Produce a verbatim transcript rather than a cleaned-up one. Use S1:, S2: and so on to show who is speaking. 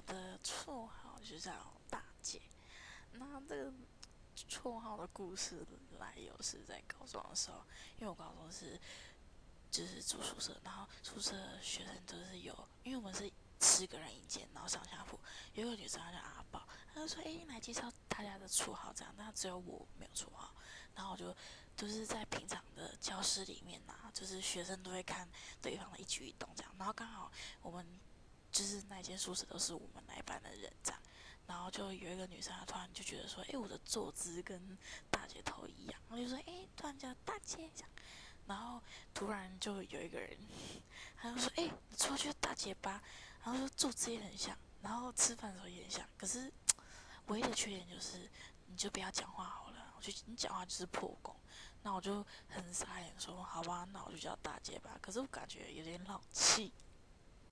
S1: 的绰号就叫大姐。那这个绰号的故事来由是在高中的时候，因为我高中是就是住宿舍，然后宿舍的学生都是有，因为我们是十个人一间，然后上下铺，有一个女生她叫阿宝，她就说：“哎、欸，来介绍大家的绰号这样。”但只有我没有绰号，然后我就就是在平常的教室里面啊，就是学生都会看对方的一举一动这样，然后刚好我们就是那间宿舍都是我们那一班的人这样，然后就有一个女生，她突然就觉得说：“哎、欸，我的坐姿跟大姐头一样。”然后就说：“哎、欸，突然叫大姐这样。”然后突然就有一个人，他就说：“哎、欸，你出去大姐吧。”然后说坐姿也很像，然后吃饭的时候也很像。可是唯一的缺点就是，你就不要讲话好了。我觉得你讲话就是破功。那我就很傻眼说：“好吧，那我就叫大姐吧。”可是我感觉有点老气。